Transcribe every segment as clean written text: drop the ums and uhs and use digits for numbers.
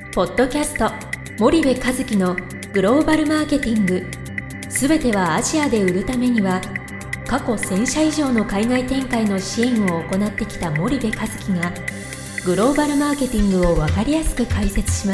ポッドキャスト森部一樹のグローバルマーケティング、すべてはアジアで売るためには、過去1000社以上の海外展開の支援を行ってきた森部一樹がグローバルマーケティングを分かりやすく解説します。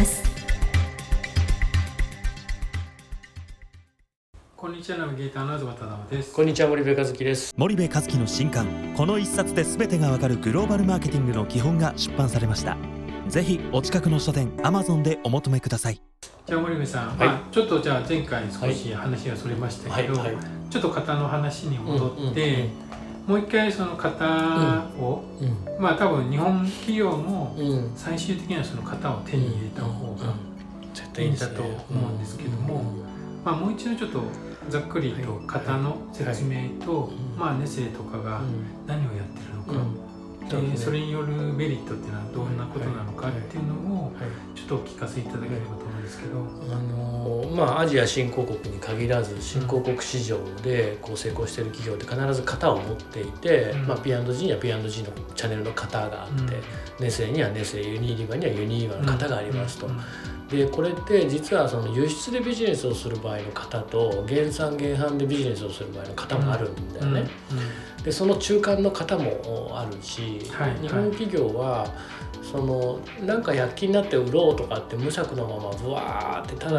こんにちは、ナビゲーターの東忠夫です。 こんにちは、森部一樹です。 森部一樹の新刊、この一冊で全てがわかるグローバルマーケティングの基本が出版されました。ぜひお近くの書店 Amazon でお求めください。 じゃあ森部さん、ちょっとじゃあ前回少し話がそれましたけど、ちょっと型の話に戻って、もう一回その型を、多分日本企業も最終的にはその型を手に入れた方がいいんだと思うんですけども、もう一度ちょっとざっくりと型の説明と、ネスレとかが何をやってるのか、それによるメリットっていうのはどんなことなのかっていうのをちょっとお聞かせいただければと思うんですけど、 アジア新興国に限らず新興国市場で成功している企業って必ず型を持っていて、P&G には P&G のチャンネルの型があって、ネスレにはネスレ、ユニリーバにはユニリーバの型がありますと。でこれって実はその輸出でビジネスをする場合の型と原産原販でビジネスをする場合の型もあるんだよね。でその中間の型もあるし、日本企業はそのなんか躍起になって売ろうとかって無策のままブワーってただ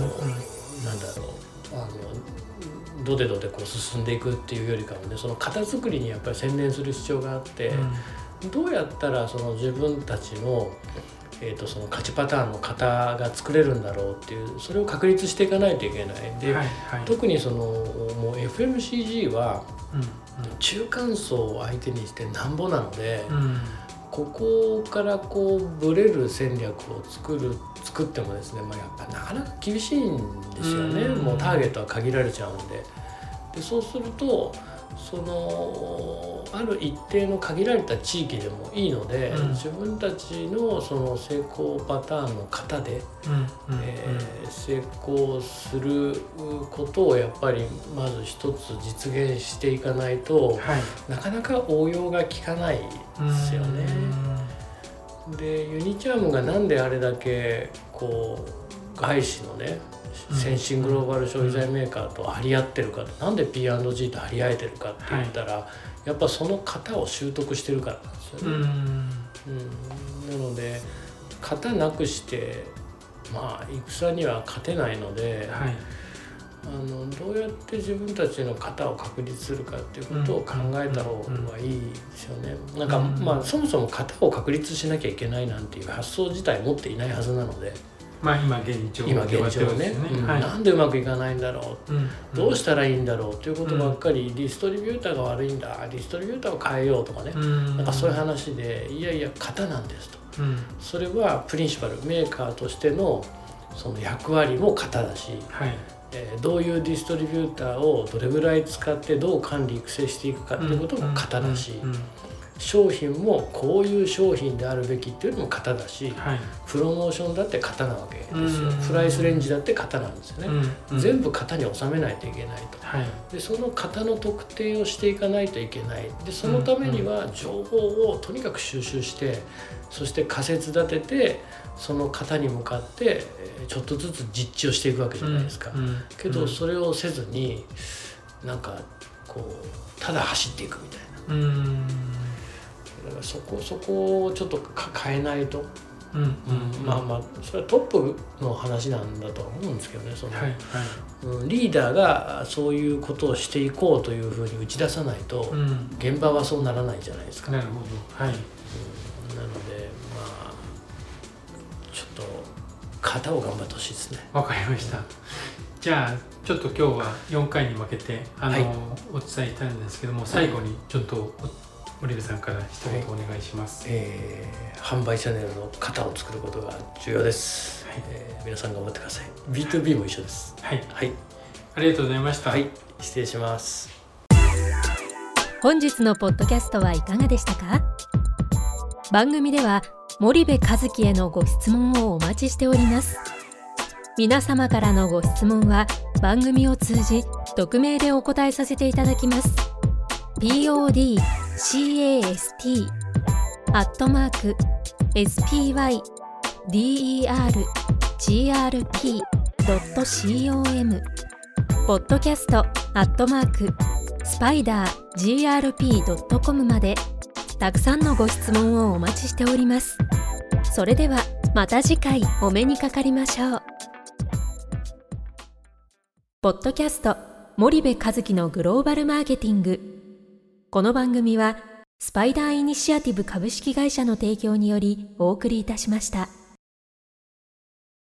どでどで進んでいくっていうよりかもね、その型作りにやっぱり専念する必要があって、どうやったらその自分たちのその勝ちパターンの型が作れるんだろうっていう、それを確立していかないといけない。で、特にそのもう FMCG は中間層を相手にしてなんぼなので、ここからブレる戦略を作ってもですね、やっぱなかなか厳しいんですよね。もうターゲットは限られちゃうんで。でそうするとそのある一定の限られた地域でもいいので、自分たちのその成功パターンの型で成功することをやっぱりまず一つ実現していかないと、なかなか応用が効かないですよね。でユニチャームがなんであれだけ外資のね先進グローバル消費財メーカーと張り合ってるか、なんで P&G と張り合えてるかって言ったら、やっぱその型を習得してるからなんですよね。なので型なくして戦には勝てないので、どうやって自分たちの型を確立するかっていうことを考えた方がいいですよね。そもそも型を確立しなきゃいけないなんていう発想自体持っていないはずなので、 今現状ね、 なんでうまくいかないんだろう、どうしたらいいんだろうということばっかり、ディストリビューターが悪いんだ、ディストリビューターを変えようとかね、そういう話で、いやいや型なんですと、それはプリンシパル、メーカーとしてのその役割も型だし、どういうディストリビューターをどれぐらい使ってどう管理育成していくかっていうことも型だし、商品もこういう商品であるべきっていうのも型だし、プロモーションだって型なわけですよ。プライスレンジだって型なんですよね。全部型に収めないといけないと。でその型の特定をしていかないといけない。でそのためには情報をとにかく収集して、そして仮説立てて、その型に向かってちょっとずつ実地をしていくわけじゃないですか。けどそれをせずにただ走っていくみたいな。だからそこをちょっと変えないと、それはトップの話なんだとは思うんですけどね。リーダーがそういうことをしていこうというふうに打ち出さないと、現場はそうならないじゃないですか。 なるほど。 なのでちょっと型を頑張ってほしいですね。 わかりました。じゃあちょっと今日は4回に分けてお伝えしたんですけども、最後にちょっと森部さんから一言お願いします。 販売チャンネルの型を作ることが重要です。皆さん頑張ってください。 B2B も一緒です。 ありがとうございました。 失礼します。 本日のポッドキャストはいかがでしたか？番組では森部一樹へのご質問をお待ちしております。皆様からのご質問は番組を通じ匿名でお答えさせていただきます。podcast@spy dergrp.com podcast@spidergrp.com までたくさんのご質問をお待ちしております。それではまた次回お目にかかりましょう。ポッドキャスト森部和樹のグローバルマーケティング。この番組はスパイダーイニシアティブ株式会社の提供によりお送りいたしました。